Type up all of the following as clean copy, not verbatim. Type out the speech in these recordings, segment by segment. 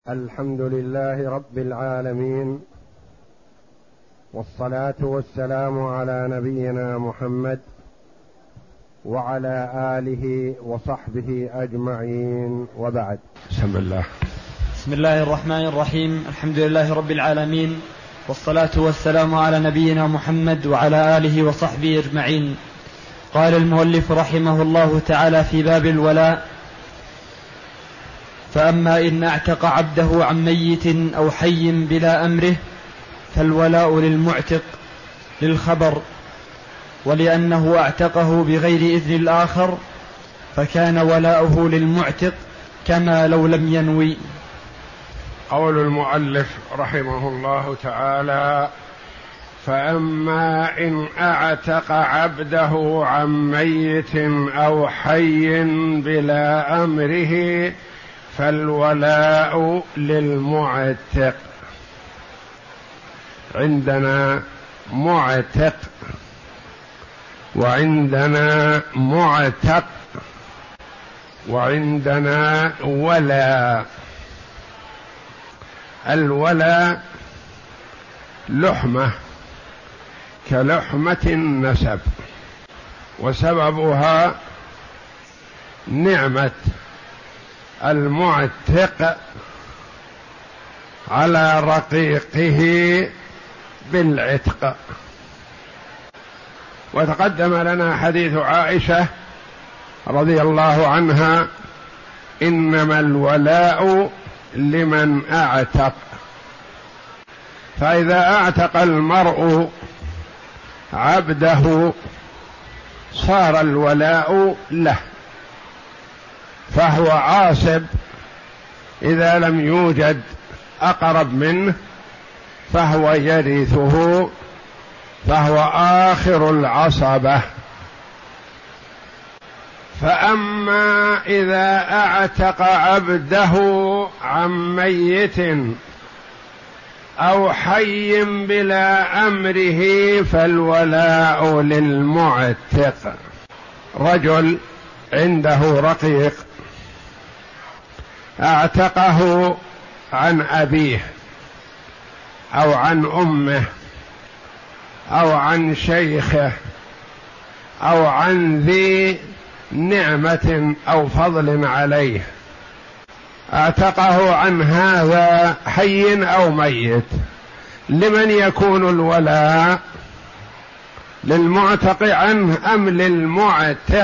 الحمد لله رب العالمين، والصلاة والسلام على نبينا محمد وعلى آله وصحبه أجمعين، وبعد. بسم الله الرحمن الرحيم. الحمد لله رب العالمين، والصلاة والسلام على نبينا محمد وعلى آله وصحبه أجمعين. قال المؤلف رحمه الله تعالى في باب الولاء: فأما إن اعتق عبده عن ميت أو حي بلا أمره فالولاء للمعتق للخبر، ولأنه اعتقه بغير إذن الآخر فكان ولاؤه للمعتق كما لو لم ينوي. قول المؤلف رحمه الله تعالى: فأما إن اعتق عبده عن ميت أو حي بلا أمره فالولاء للمعتق. عندنا معتق وعندنا معتق وعندنا ولاء. الولاء لحمة كلحمة النسب، وسببها نعمة المعتق على رقيقه بالعتق. وتقدم لنا حديث عائشة رضي الله عنها: إنما الولاء لمن اعتق. فإذا اعتق المرء عبده صار الولاء له، فهو عاصب إذا لم يوجد أقرب منه، فهو يرثه، فهو آخر العصبة. فأما إذا اعتق عبده عن ميت أو حي بلا أمره فالولاء للمعتق. رجل عنده رقيق اعتقه عن أبيه أو عن أمه أو عن شيخه أو عن ذي نعمة أو فضل عليه، اعتقه عن هذا حي أو ميت. لمن يكون الولاء؟ للمعتق عنه أم للمعتق؟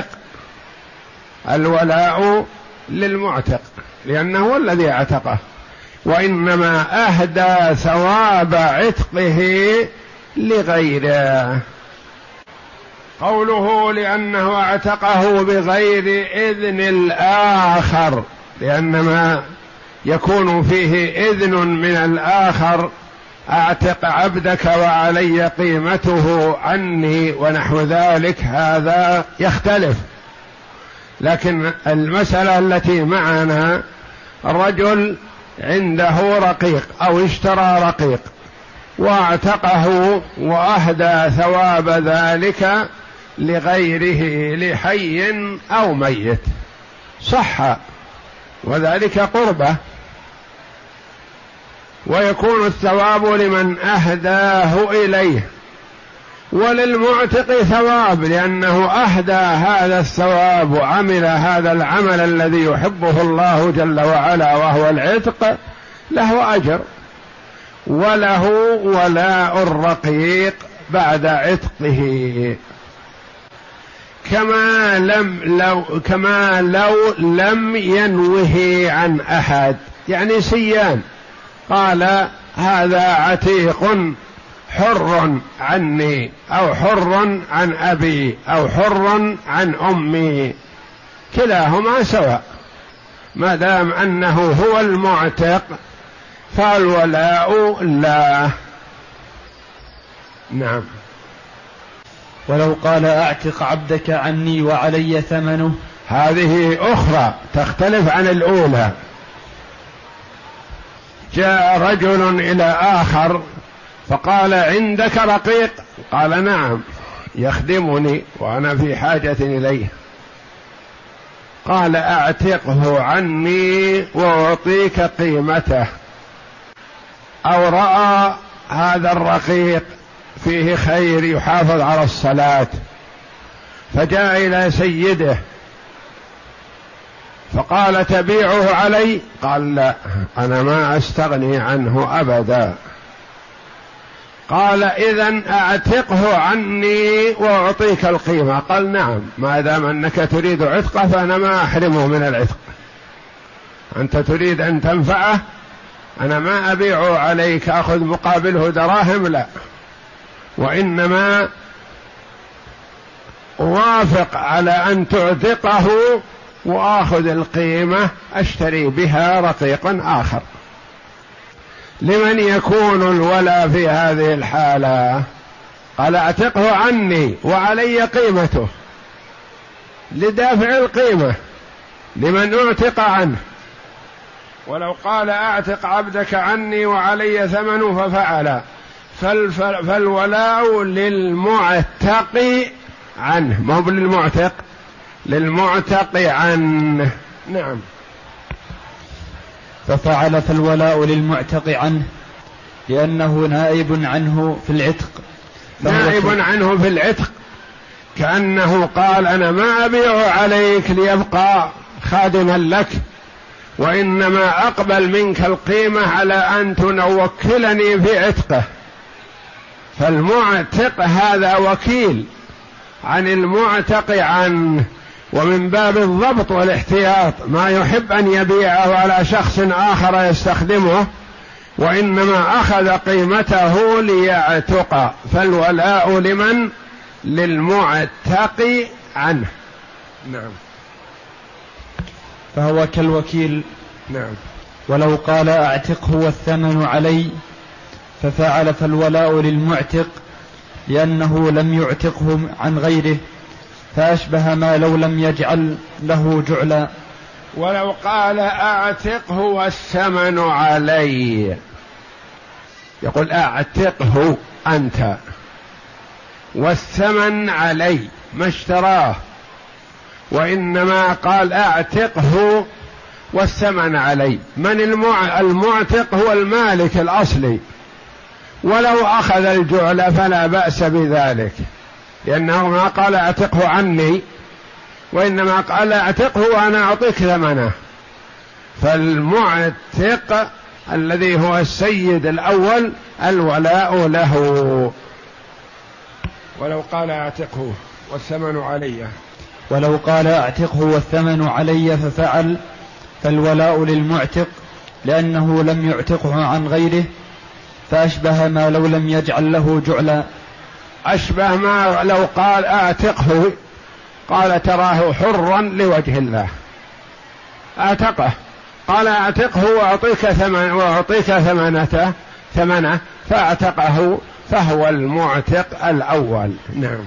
الولاء للمعتق، لأنه هو الذي اعتقه، وإنما أهدى ثواب عتقه لغيره. قوله لأنه اعتقه بغير إذن الآخر، لأنما يكون فيه إذن من الآخر: اعتق عبدك وعلي قيمته عني ونحو ذلك، هذا يختلف. لكن المسألة التي معنا: الرجل عنده رقيق أو اشترى رقيق واعتقه وأهدى ثواب ذلك لغيره، لحي أو ميت، صح، وذلك قربة، ويكون الثواب لمن أهداه إليه، وللمعتق ثواب لأنه أهدى هذا الثواب وعمل هذا العمل الذي يحبه الله جل وعلا وهو العتق، له أجر، وله ولاء الرقيق بعد عتقه، كما لو لم ينوه عن أحد. يعني سيان قال: هذا عتيق حر عني، أو حر عن أبي، أو حر عن أمي، كلاهما سواء، ما دام أنه هو المعتق فالولاء له. نعم. ولو قال: اعتق عبدك عني وعلي ثمنه، هذه أخرى تختلف عن الأولى. جاء رجل إلى آخر فقال: عندك رقيق؟ قال: نعم، يخدمني وأنا في حاجة إليه. قال اعتقه عني وأعطيك قيمته، أو رأى هذا الرقيق فيه خير يحافظ على الصلاة فجاء إلى سيده فقال تبيعه علي، قال لا أنا ما أستغني عنه أبدا. قال إذن أعتقه عني وأعطيك القيمة، قال نعم ما دام أنك تريد عتقه فأنا ما أحرمه من العتق، أنت تريد أن تنفعه أنا ما أبيعه عليك أخذ مقابله دراهم، لا، وإنما أوافق على أن تعتقه وآخذ القيمة أشتري بها رقيق آخر. لمن يكون الولاء في هذه الحالة؟ قال اعتقه عني وعلي قيمته، لدافع القيمة لمن اعتق عنه. ولو قال اعتق عبدك عني وعلي ثمنه ففعل، فالولاء للمعتق عنه، ما هو للمعتق، للمعتق عنه. نعم. ففعل فالولاء للمعتق عنه لأنه نائب عنه في العتق. نائب عنه في العتق، كأنه قال أنا ما أبيع عليك ليبقى خادما لك، وإنما أقبل منك القيمة على أن توكلني في عتقه. فالمعتق هذا وكيل عن المعتق عنه، ومن باب الضبط والاحتياط ما يحب أن يبيعه على شخص آخر يستخدمه، وإنما أخذ قيمته ليعتق. فالولاء لمن؟ للمعتق عنه. نعم. فهو كالوكيل. نعم. ولو قال اعتقه والثمن علي ففعل فالولاء للمعتق لأنه لم يعتقه عن غيره، فأشبه ما لو لم يجعل له جعلا. ولو قال اعتقه والثمن علي، يقول اعتقه أنت والثمن علي، ما اشتراه، وإنما قال اعتقه والثمن علي. من المعتق هو المالك الأصلي، ولو أخذ الجعل فلا بأس بذلك، لأنه ما قال اعتقه عني، وإنما قال اعتقه وأنا أعطيك ثمنه. فالمعتق الذي هو السيد الأول الولاء له. ولو قال اعتقه والثمن علي، ولو قال اعتقه والثمن علي ففعل فالولاء للمعتق لأنه لم يعتقه عن غيره، فأشبه ما لو لم يجعل له جعلا. أشبه ما لو قال اعتقه، قال تراه حرا لوجه الله، اعتقه، قال اعتقه وأعطيك ثمنه فاعتقه، فهو المعتق الأول. نعم.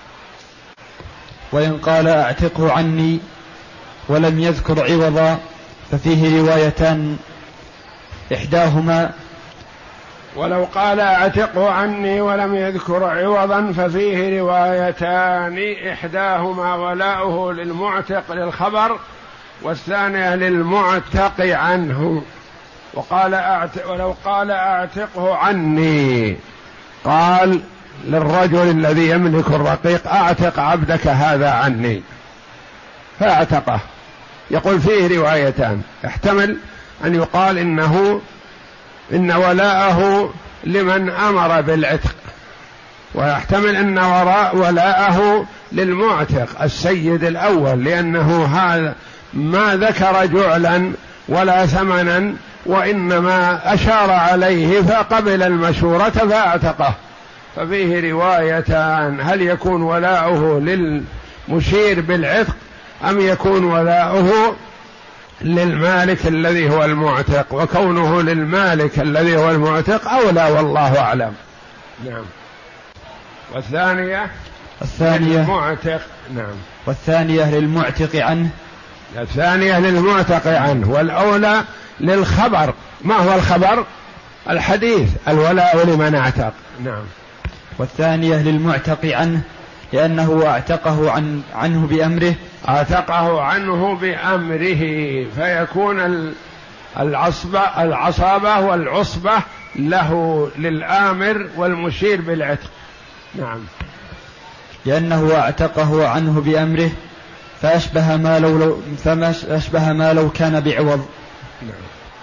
وإن قال اعتقه عني ولم يذكر عوضا ففيه روايتان إحداهما. ولو قال اعتقه عني ولم يذكر عوضا ففيه روايتان، إحداهما ولاؤه للمعتق للخبر، والثانية للمعتق عنه. ولو قال اعتقه عني، قال للرجل الذي يملك الرقيق اعتق عبدك هذا عني، فاعتقه. يقول فيه روايتان، يحتمل أن يقال إن ولاءه لمن أمر بالعتق، ويحتمل أن ولاءه للمعتق السيد الأول، لأنه هذا ما ذكر جعلا ولا ثمنا، وإنما أشار عليه فقبل المشورة فاعتقه. ففيه روايتان، هل يكون ولاؤه للمشير بالعتق أم يكون ولاؤه للمالك الذي هو المعتق؟ وكونه للمالك الذي هو المعتق أولى والله أعلم. نعم. والثانية للمعتق. نعم. والثانية للمعتق عنه. الثانية للمعتق عنه، والأولى للخبر. ما هو الخبر؟ الحديث الولاء لمن اعتق. نعم. والثانية للمعتق عنه لأنه أعتقه عنه بأمره. أعتقه عنه بأمره، فيكون العصابة والعصبة له للآمر والمشير بالعتق. نعم. لأنه أعتقه عنه بأمره فأشبه ما لو كان بعوض. نعم.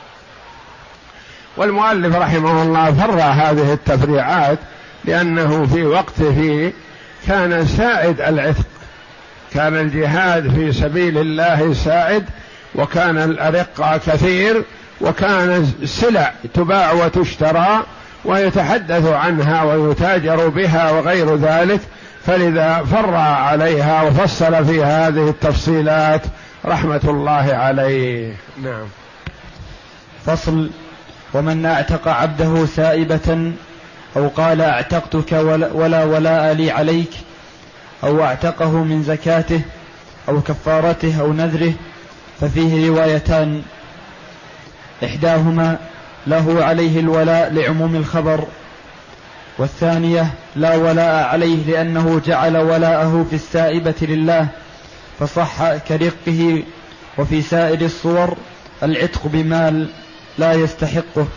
والمؤلف رحمه الله فرع هذه التفريعات لأنه في وقته كان سائد العتق، كان الجهاد في سبيل الله سائد، وكان الأرقة كثير، وكان السلع تباع وتشترى ويتحدث عنها ويتاجر بها وغير ذلك، فلذا فرع عليها وفصل في هذه التفصيلات رحمة الله عليه. نعم. فصل: ومن أعتق عبده سائبة أو قال أعتقتك ولا ولاء لي عليك، أو أعتقه من زكاته أو كفارته أو نذره، ففيه روايتان: إحداهما له عليه الولاء لعموم الخبر، والثانية لا ولاء عليه لأنه جعل ولاءه في السائبة لله فصح كرقه. وفي سائر الصور العتق بمال لا يستحقه،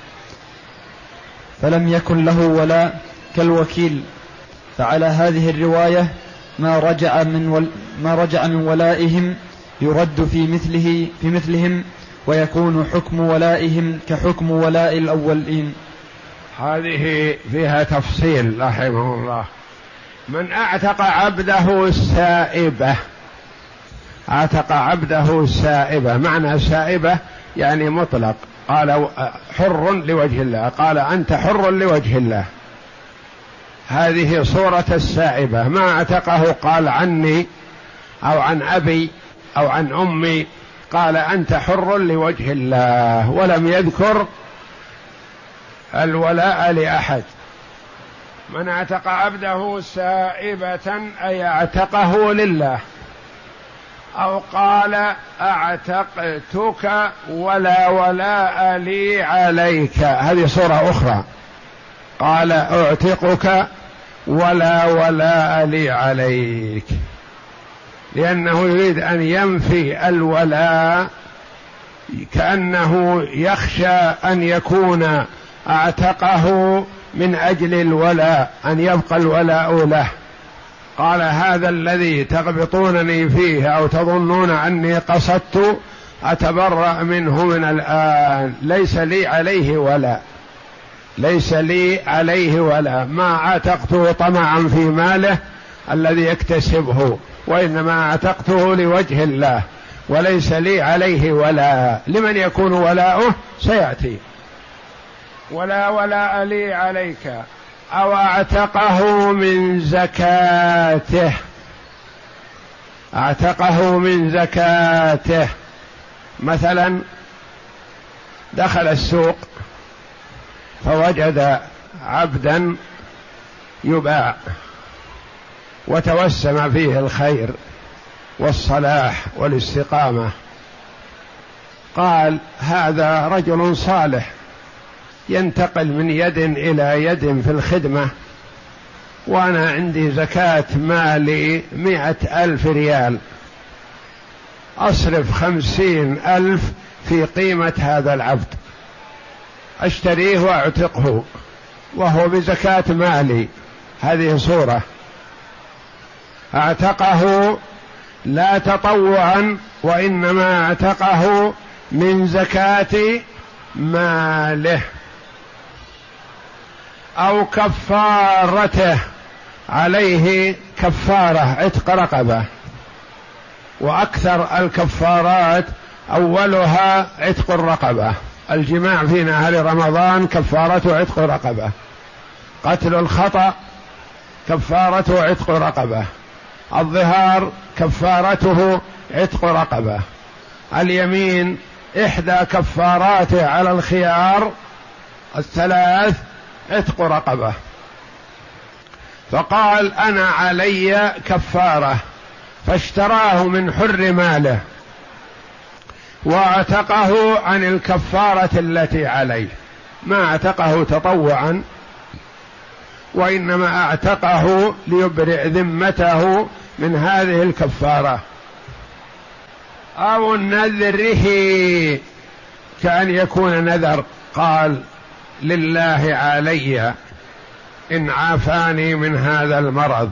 فلم يكن له ولاء كالوكيل. فعلى هذه الرواية ما رجع من ولائهم يرد في مثلهم، ويكون حكم ولائهم كحكم ولاء الأولين. هذه فيها تفصيل رحمه الله. من أعتق عبده السائبة، أعتق عبده السائبة، معنى سائبة يعني مطلق، قال حر لوجه الله، قال أنت حر لوجه الله، هذه صورة السائبة. ما اعتقه قال عني أو عن أبي أو عن أمي، قال أنت حر لوجه الله، ولم يذكر الولاء لأحد. من اعتق عبده سائبة أي اعتقه لله، أو قال أعتقتك ولا ولاء لي عليك، هذه صورة أخرى، قال أعتقك ولا ولاء لي عليك، لأنه يريد أن ينفي الولاء، كأنه يخشى أن يكون اعتقه من أجل الولاء، أن يبقى الولاء له. قال هذا الذي تغبطونني فيه أو تظنون أني قصدت أتبرأ منه من الآن، ليس لي عليه ولاء، ليس لي عليه ولاء، ما اعتقته طمعا في ماله الذي يكتسبه، وإنما اعتقته لوجه الله، وليس لي عليه ولاء. لمن يكون ولاؤه سيأتي. ولا ولاء لي عليك، أو اعتقه من زكاته، اعتقه من زكاته، مثلا دخل السوق فوجد عبدا يباع وتوسم فيه الخير والصلاح والاستقامة، قال هذا رجل صالح ينتقل من يد إلى يد في الخدمة، وأنا عندي زكاة مالي 100,000 ريال، أصرف 50,000 في قيمة هذا العبد، أشتريه وأعتقه وهو بزكاة مالي. هذه صورة، اعتقه لا تطوعا، وإنما اعتقه من زكاة ماله. أو كفارته، عليه كفارة عتق رقبة، وأكثر الكفارات أولها عتق الرقبة. الجماع في نهار رمضان كفارته عتق رقبة، قتل الخطأ كفارته عتق رقبة، الظهار كفارته عتق رقبة، اليمين إحدى كفاراته على الخيار الثلاث عتق رقبة. فقال أنا علي كفارة، فاشتراه من حر ماله واعتقه عن الكفارة التي عليه، ما اعتقه تطوعا وإنما اعتقه ليبرئ ذمته من هذه الكفارة. أو نذره، كأن يكون نذر، قال لله علي إن عافاني من هذا المرض،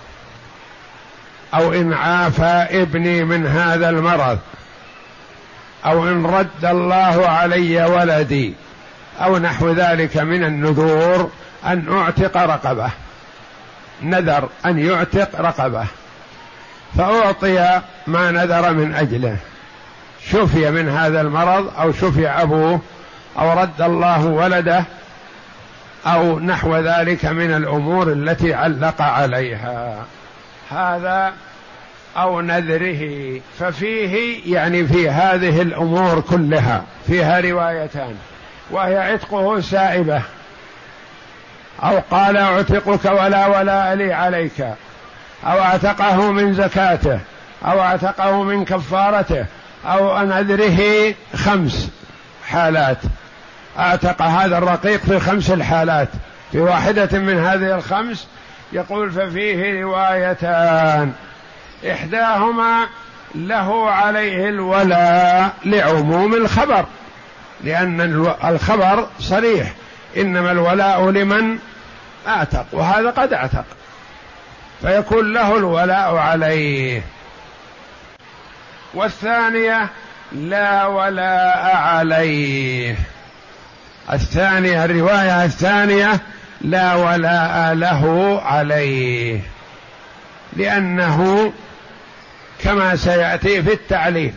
أو إن عافى ابني من هذا المرض، أو إن رد الله علي ولدي، أو نحو ذلك من النذور، أن أعتق رقبة، نذر أن يعتق رقبة، فأعطي ما نذر من أجله، شفي من هذا المرض، أو شفي أبوه، أو رد الله ولده، أو نحو ذلك من الأمور التي علق عليها. هذا أو نذره. ففيه يعني في هذه الأمور كلها فيها روايتان، وهي عتقه سائبة، أو قال أعتقك ولا ولاء لي عليك، أو اعتقه من زكاته، أو اعتقه من كفارته، أو نذره 5 حالات، اعتق هذا الرقيق في 5 الحالات، في واحدة من هذه 5 يقول ففيه روايتان، إحداهما له عليه الولاء لعموم الخبر، لأن الخبر صريح إنما الولاء لمن اعتق، وهذا قد اعتق فيكون له الولاء عليه. والثانية لا ولاء عليه، الثانية الرواية الثانية لا ولاء له عليه، لأنه كما سيأتي في التعليل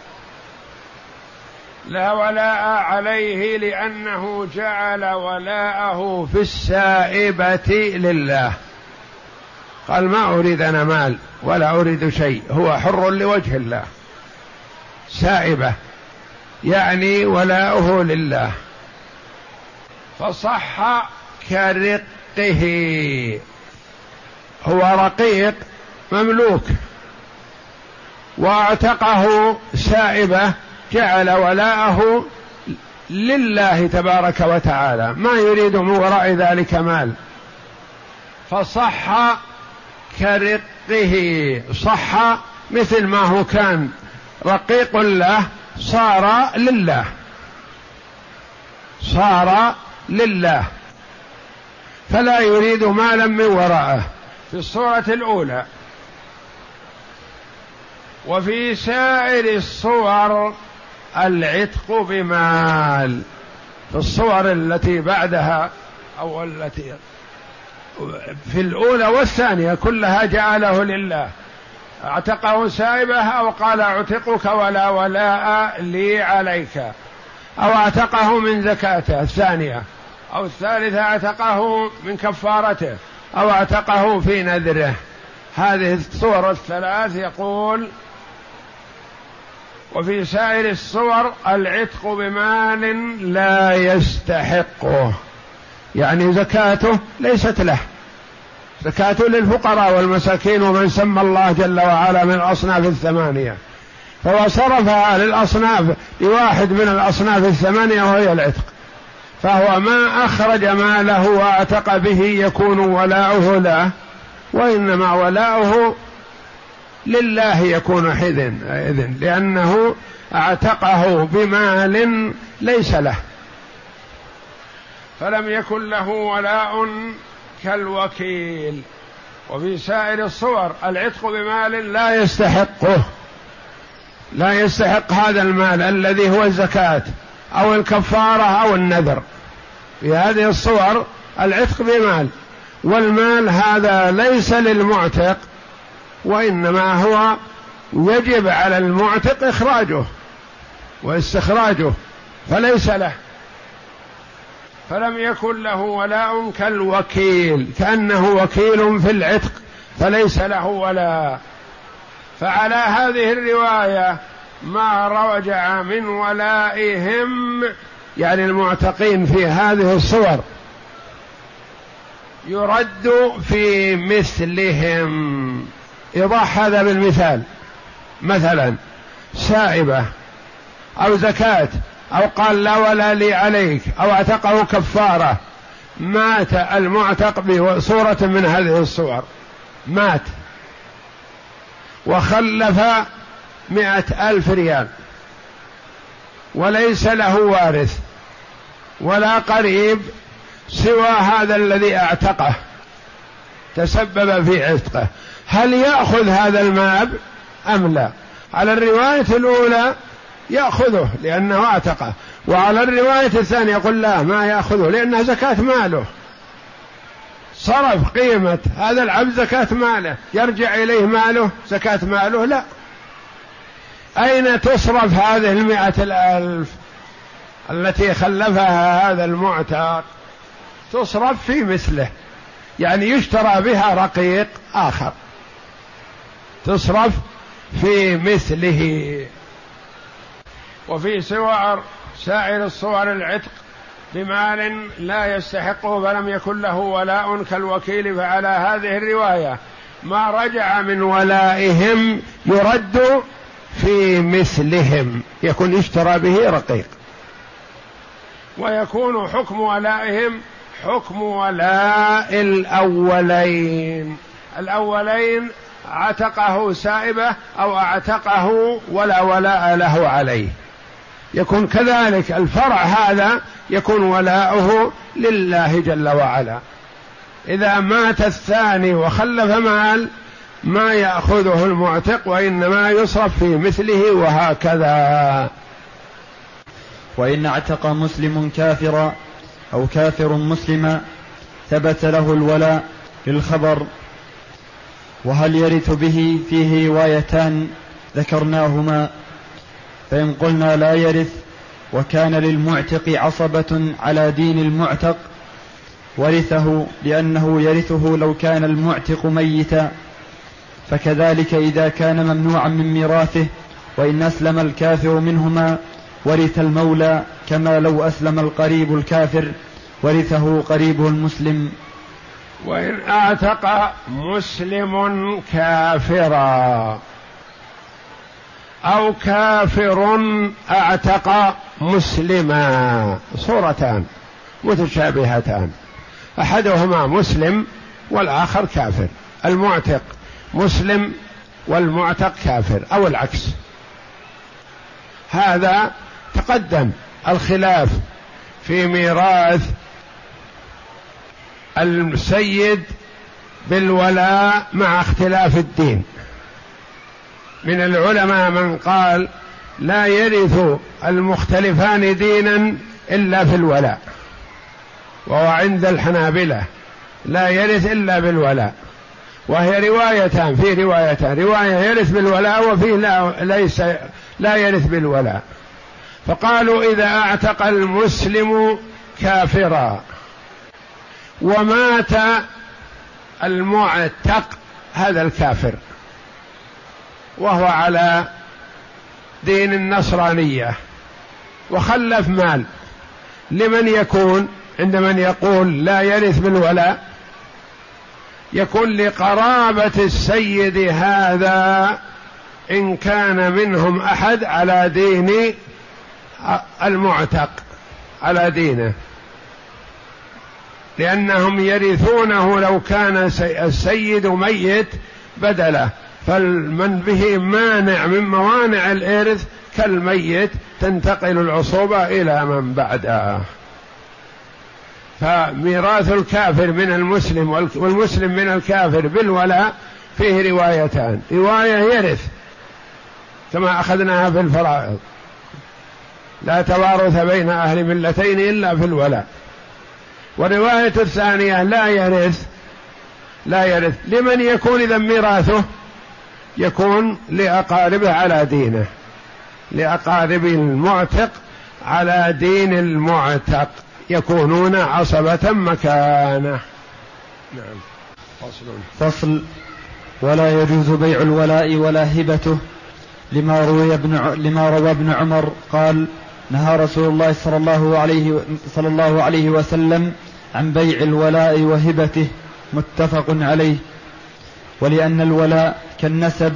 لا ولاء عليه لأنه جعل ولاءه في السائبة لله، قال ما أريد أنا مال ولا أريد شيء، هو حر لوجه الله، سائبة يعني ولاؤه لله، فصح كرقه، هو رقيق مملوك واعتقه سائبة، جعل ولاءه لله تبارك وتعالى، ما يريد من وراء ذلك مال، فصح كرقه، صح مثل ما هو كان رقيق له صار لله، صار لله، فلا يريد مالا من وراءه في الصورة الأولى. وفي سائر الصور العتق بمال، في الصور التي بعدها أو التي في الأولى والثانية كلها جعله لله، اعتقه سائبة، أو قال اعتقك ولا ولاء لي عليك، أو اعتقه من زكاته الثانية، أو الثالثة اعتقه من كفارته، أو اعتقه في نذره. هذه الصور الثلاث يقول وفي سائر الصور العتق بمال لا يستحقه، يعني زكاته ليست له، زكاته للفقراء والمساكين ومن سمى الله جل وعلا من الأصناف 8، فهو صرفها للأصناف لواحد من الأصناف 8 وهي العتق، فهو ما أخرج ماله واعتق به يكون ولاؤه له، وإنما ولاؤه لله يكون إذن لأنه اعتقه بمال ليس له، فلم يكن له ولاء كالوكيل. وفي سائر الصور العتق بمال لا يستحقه، لا يستحق هذا المال الذي هو الزكاة أو الكفارة أو النذر، في هذه الصور العتق بمال، والمال هذا ليس للمعتق، وإنما هو يجب على المعتق إخراجه واستخراجه، فليس له، فلم يكن له ولاء كالوكيل، كأنه وكيل في العتق فليس له ولاء. فعلى هذه الرواية ما رجع من ولائهم يعني المعتقين في هذه الصور يرد في مثلهم. إيضاح هذا بالمثال، مثلا سائبة أو زكاة، أو قال لا ولا لي عليك، أو اعتقه كفارة، مات المعتق بصورة من هذه الصور، مات وخلف 100,000 ريال وليس له وارث ولا قريب سوى هذا الذي اعتقه تسبب في عتقه، هل يأخذ هذا المال أم لا؟ على الرواية الأولى يأخذه لأنه اعتقه، وعلى الرواية الثانية يقول لا ما يأخذه لأنها زكاة ماله، صرف قيمة هذا العبد زكاة ماله، يرجع إليه ماله زكاة ماله؟ لا. أين تصرف هذه 100,000 التي خلفها هذا المعتق؟ تصرف في مثله، يعني يشترى بها رقيق آخر، تصرف في مثله. وفي سائر الصور العتق بمال لا يستحقه فلم يكن له ولاء كالوكيل، فعلى هذه الرواية ما رجع من ولائهم يرد في مثلهم، يكون يشترى به رقيق، ويكون حكم ولائهم حكم ولاء الأولين عتقه سائبة أو اعتقه ولا ولاء له عليه، يكون كذلك الفرع هذا يكون ولاؤه لله جل وعلا. إذا مات الثاني وخلف مال ما يأخذه المعتق وإنما يصرف في مثله، وهكذا. وإن اعتق مسلم كافرا أو كافر مسلما ثبت له الولاء للخبر. وهل يرث به؟ فيه روايتان ذكرناهما، فإن قلنا لا يرث وكان للمعتق عصبة على دين المعتق ورثه لأنه يرثه لو كان المعتق ميتا، فكذلك إذا كان ممنوعا من ميراثه وإن أسلم الكافر منهما ورث المولى، كما لو أسلم القريب الكافر ورثه قريبه المسلم. وإن اعتق مسلم كافرا أو كافر اعتق مسلما، صورتان متشابهتان، أحدهما مسلم والآخر كافر، المعتق مسلم والمعتق كافر أو العكس. هذا تقدم الخلاف في ميراث السيد بالولاء مع اختلاف الدين. من العلماء من قال لا يرث المختلفان دينا إلا في الولاء، وهو عند الحنابلة لا يرث إلا بالولاء، وهي روايتان، في روايتان، رواية يرث بالولاء وفيه لا يرث بالولاء. فقالوا إذا اعتق المسلم كافرا ومات المعتق هذا الكافر وهو على دين النصرانية وخلف مال، لمن يكون؟ عند من يقول لا يرث بالولاء يكون لقرابة السيد هذا إن كان منهم أحد على دين المعتق، على دينه، لأنهم يرثونه لو كان السيد ميت بدله، فمن به مانع من موانع الإرث كالميت تنتقل العصوبة إلى من بعده. فميراث الكافر من المسلم والمسلم من الكافر بالولاء فيه روايتان، رواية يرث كما أخذناها في الفرائض، لا توارث بين أهل ملتين إلا في الولاء، ورواية الثانية لا يرث. لمن يكون إذا ميراثه؟ يكون لأقاربه على دينه، لأقارب المعتق على دين المعتق، يكونون عصبة مكانه. نعم. فصل. ولا يجوز بيع الولاء ولا هبته، لما روى ابن عمر قال نهى رسول الله صلى الله عليه وسلم عن بيع الولاء وهبته، متفق عليه. ولأن الولاء كالنسب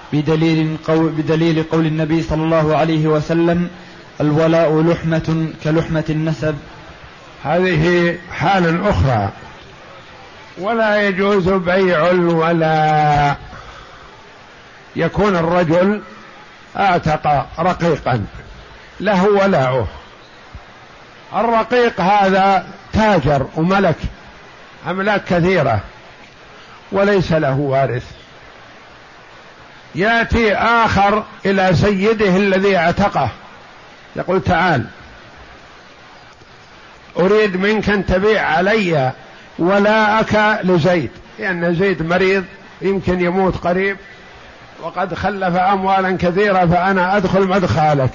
بدليل قول النبي صلى الله عليه وسلم الولاء لحمة كلحمة النسب. هذه حال أخرى. ولا يجوز بيع الولاء. يكون الرجل اعتق رقيقا له ولاؤه، الرقيق هذا تاجر وملك أملاك كثيرة وليس له وارث، يأتي آخر إلى سيده الذي اعتقه يقول تعال أريد منك أن تبيع علي ولاءك لزيد، لأن زيد مريض يمكن يموت قريب وقد خلف أموالا كثيرة، فأنا أدخل مدخلك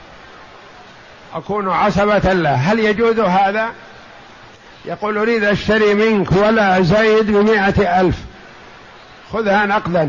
أكون عصبة له. هل يجوز هذا؟ يقول أريد أشتري منك ولا زيد ب100,000 خذها نقدا،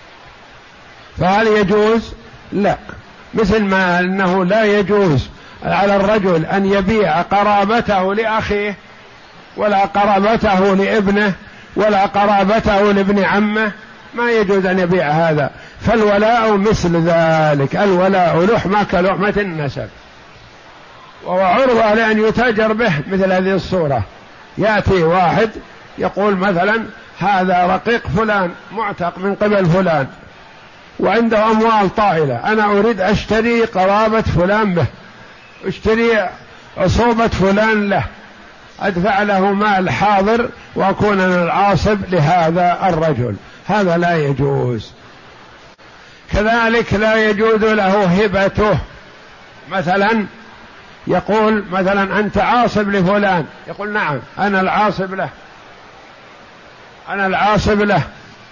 فهل يجوز؟ لا. مثل ما أنه لا يجوز على الرجل أن يبيع قرابته لأخيه ولا قرابته لابنه ولا قرابته لابن عمه، ما يجوز أن يبيع هذا. فالولاء مثل ذلك، الولاء لحمة كلحمة النسب، وهو عرضة لأن يتاجر به. مثل هذه الصورة يأتي واحد يقول مثلا هذا رقيق فلان معتق من قبل فلان وعنده أموال طائلة، أنا أريد أشتري قرابة فلان به، أشتري عصوبة فلان له، أدفع له مال حاضر وأكون أنا العاصب لهذا الرجل، هذا لا يجوز. كذلك لا يجوز له هبته. مثلا يقول مثلا أنت عاصب لفلان، يقول نعم أنا العاصب له، أنا العاصب له.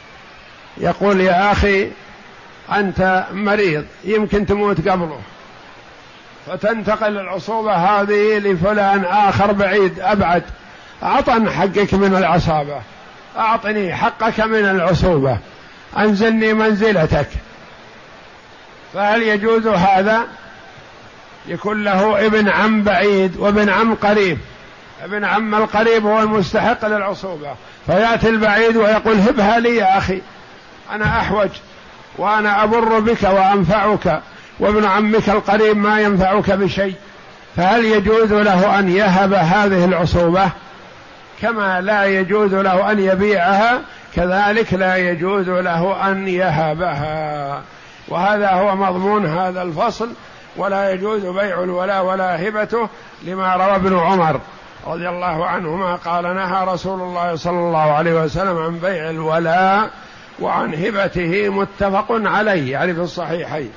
يقول يا أخي أنت مريض يمكن تموت قبله، فتنتقل العصوبة هذه لفلان آخر بعيد أبعد، أعطني حقك من العصابة، أعطني حقك من العصوبة، أنزلني منزلتك. فهل يجوز هذا؟ يكون له ابن عم بعيد وابن عم قريب، ابن عم القريب هو المستحق للعصوبة، فيأتي البعيد ويقول هبها لي يا أخي أنا أحوج وأنا أبر بك وأنفعك، وابن عمك القريب ما ينفعك بشيء. فهل يجوز له أن يهب هذه العصوبة؟ كما لا يجوز له أن يبيعها كذلك لا يجوز له أن يهبها. وهذا هو مضمون هذا الفصل. ولا يجوز بيع الولاء ولا هبته، لما روى ابن عمر رضي الله عنهما قال نهى رسول الله صلى الله عليه وسلم عن بيع الولاء وعن هبته، متفق عليه يعني في الصحيحين.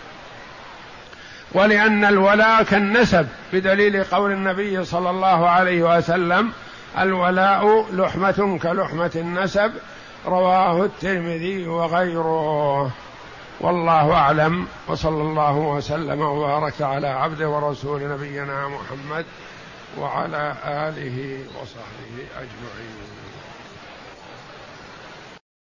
ولأن الولاء كالنسب بدليل قول النبي صلى الله عليه وسلم الولاء لحمة كلحمة النسب، رواه الترمذي وغيره. والله أعلم، وصلى الله وسلم وبارك على عبده ورسول نبينا محمد وعلى آله وصحبه أجمعين.